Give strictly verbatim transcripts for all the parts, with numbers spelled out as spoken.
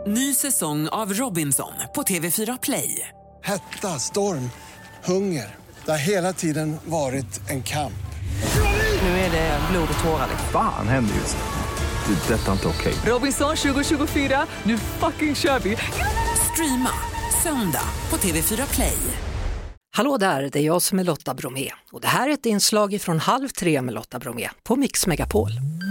Ny säsong av Robinson på T V fyra Play. Hetta, storm, hunger. Det har hela tiden varit en kamp. Nu är det blod och tårar. Fan händer just nu. Det. Detta är inte okej. Robinson tjugo tjugofyra, nu fucking kör vi. Streama söndag på T V fyra Play. Hallå där, det är jag som är Lotta Bromé. Och det här är ett inslag från Halv tre med Lotta Bromé på Mix Megapol.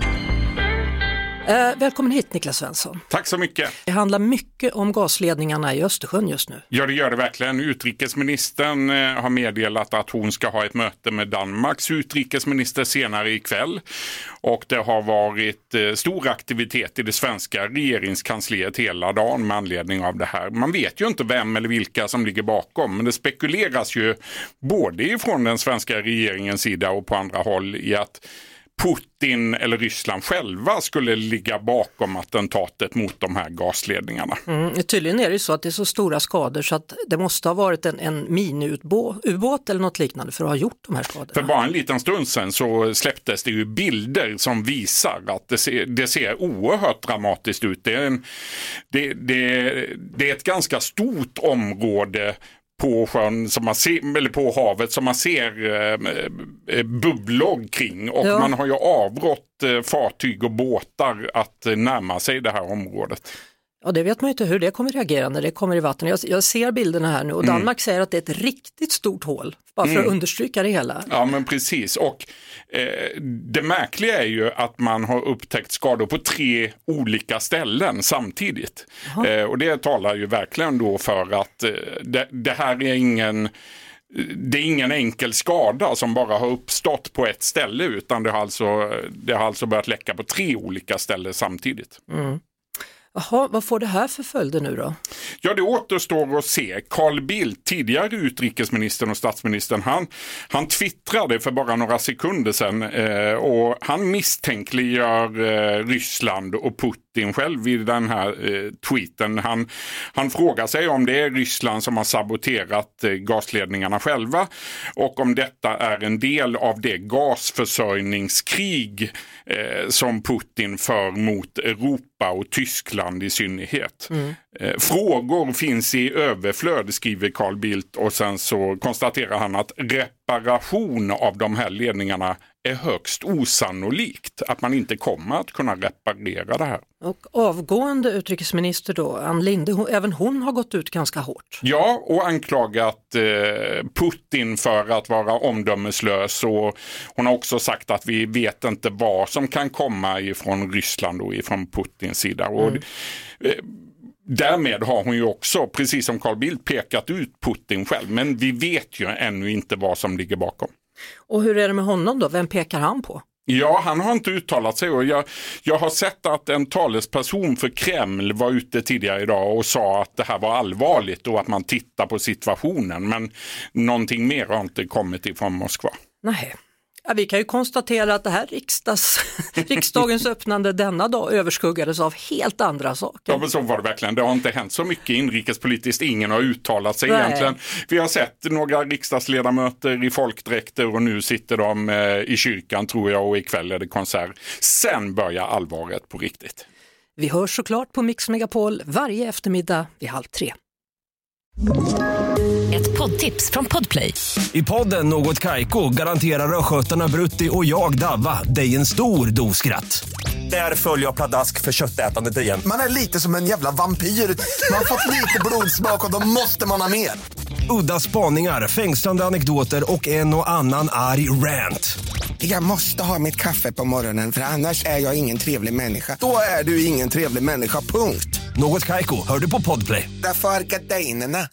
Eh, välkommen hit Niklas Svensson. Tack så mycket. Det handlar mycket om gasledningarna i Östersjön just nu. Ja, det gör det verkligen. Utrikesministern eh, har meddelat att hon ska ha ett möte med Danmarks utrikesminister senare ikväll. Och det har varit eh, stor aktivitet i det svenska regeringskansliet hela dagen med anledning av det här. Man vet ju inte vem eller vilka som ligger bakom, men det spekuleras ju både ifrån den svenska regeringens sida och på andra håll i att Putin eller Ryssland själva skulle ligga bakom attentatet mot de här gasledningarna. Mm, tydligen är det ju så att det är så stora skador så att det måste ha varit en, en mini-ubåt eller något liknande för att ha gjort de här skadorna. För bara en liten stund sedan så släpptes det ju bilder som visar att det ser, det ser oerhört dramatiskt ut. Det är, en, det, det, det är ett ganska stort område på sjön som man ser, eller på havet som man ser eh, bubblor kring och ja. Man har ju avrått eh, fartyg och båtar att eh, närma sig det här området. Ja, det vet man ju inte hur det kommer reagera när det kommer i vatten. Jag, jag ser bilderna här nu och Danmark mm. säger att det är ett riktigt stort hål, bara för mm. att understryka det hela. Ja, men precis. Och eh, det märkliga är ju att man har upptäckt skador på tre olika ställen samtidigt. Eh, och det talar ju verkligen då för att eh, det, det här är ingen... Det är ingen enkel skada som bara har uppstått på ett ställe utan det har alltså, det har alltså börjat läcka på tre olika ställen samtidigt. Mm. Jaha, vad får det här för följder nu då? Ja, det återstår att se. Carl Bildt, tidigare utrikesministern och statsministern, han, han twittrade för bara några sekunder sedan eh, och han misstänkliggör eh, Ryssland och Putin själv i den här eh, tweeten. Han, han frågar sig om det är Ryssland som har saboterat eh, gasledningarna själva och om detta är en del av det gasförsörjningskrig eh, som Putin för mot Europa och Tyskland i synnerhet. Mm. Frågor finns i överflöd, skriver Carl Bildt, och sen så konstaterar han att reparation av de här ledningarna är högst osannolikt, att man inte kommer att kunna reparera det här. Och avgående utrikesminister då, Ann Linde, hon, även hon har gått ut ganska hårt. Ja, och anklagat eh, Putin för att vara omdömeslös och hon har också sagt att vi vet inte vad som kan komma ifrån Ryssland och ifrån Putins sida. Och mm. eh, Därmed har hon ju också, precis som Carl Bildt, pekat ut Putin själv. Men vi vet ju ännu inte vad som ligger bakom. Och hur är det med honom då? Vem pekar han på? Ja, han har inte uttalat sig och jag, jag har sett att en talesperson för Kreml var ute tidigare idag och sa att det här var allvarligt och att man tittar på situationen. Men någonting mer har inte kommit ifrån Moskva. Nej. Ja, vi kan ju konstatera att det här riksdags, riksdagens öppnande denna dag överskuggades av helt andra saker. Ja, men så var det verkligen. Det har inte hänt så mycket inrikespolitiskt. Ingen har uttalat sig Nej. egentligen. Vi har sett några riksdagsledamöter i folkdräkter och nu sitter de eh, i kyrkan tror jag och ikväll är det konsert. Sen börjar allvaret på riktigt. Vi hörs såklart på Mix Megapol varje eftermiddag vid halv tre. Ett poddtips från Podplay. I podden Något Kaiko garanterar röskötarna Brutti och jag Davva dig en stor doskratt. Där följer jag pladask för köttätandet igen. Man är lite som en jävla vampyr. Man har fått lite blodsmak och då måste man ha mer. Udda spaningar, fängslande anekdoter och en och annan arg rant. Jag måste ha mitt kaffe på morgonen för annars är jag ingen trevlig människa. Då är du ingen trevlig människa, punkt. Något Kaiko, hör du på Podplay. Därför är gardinerna.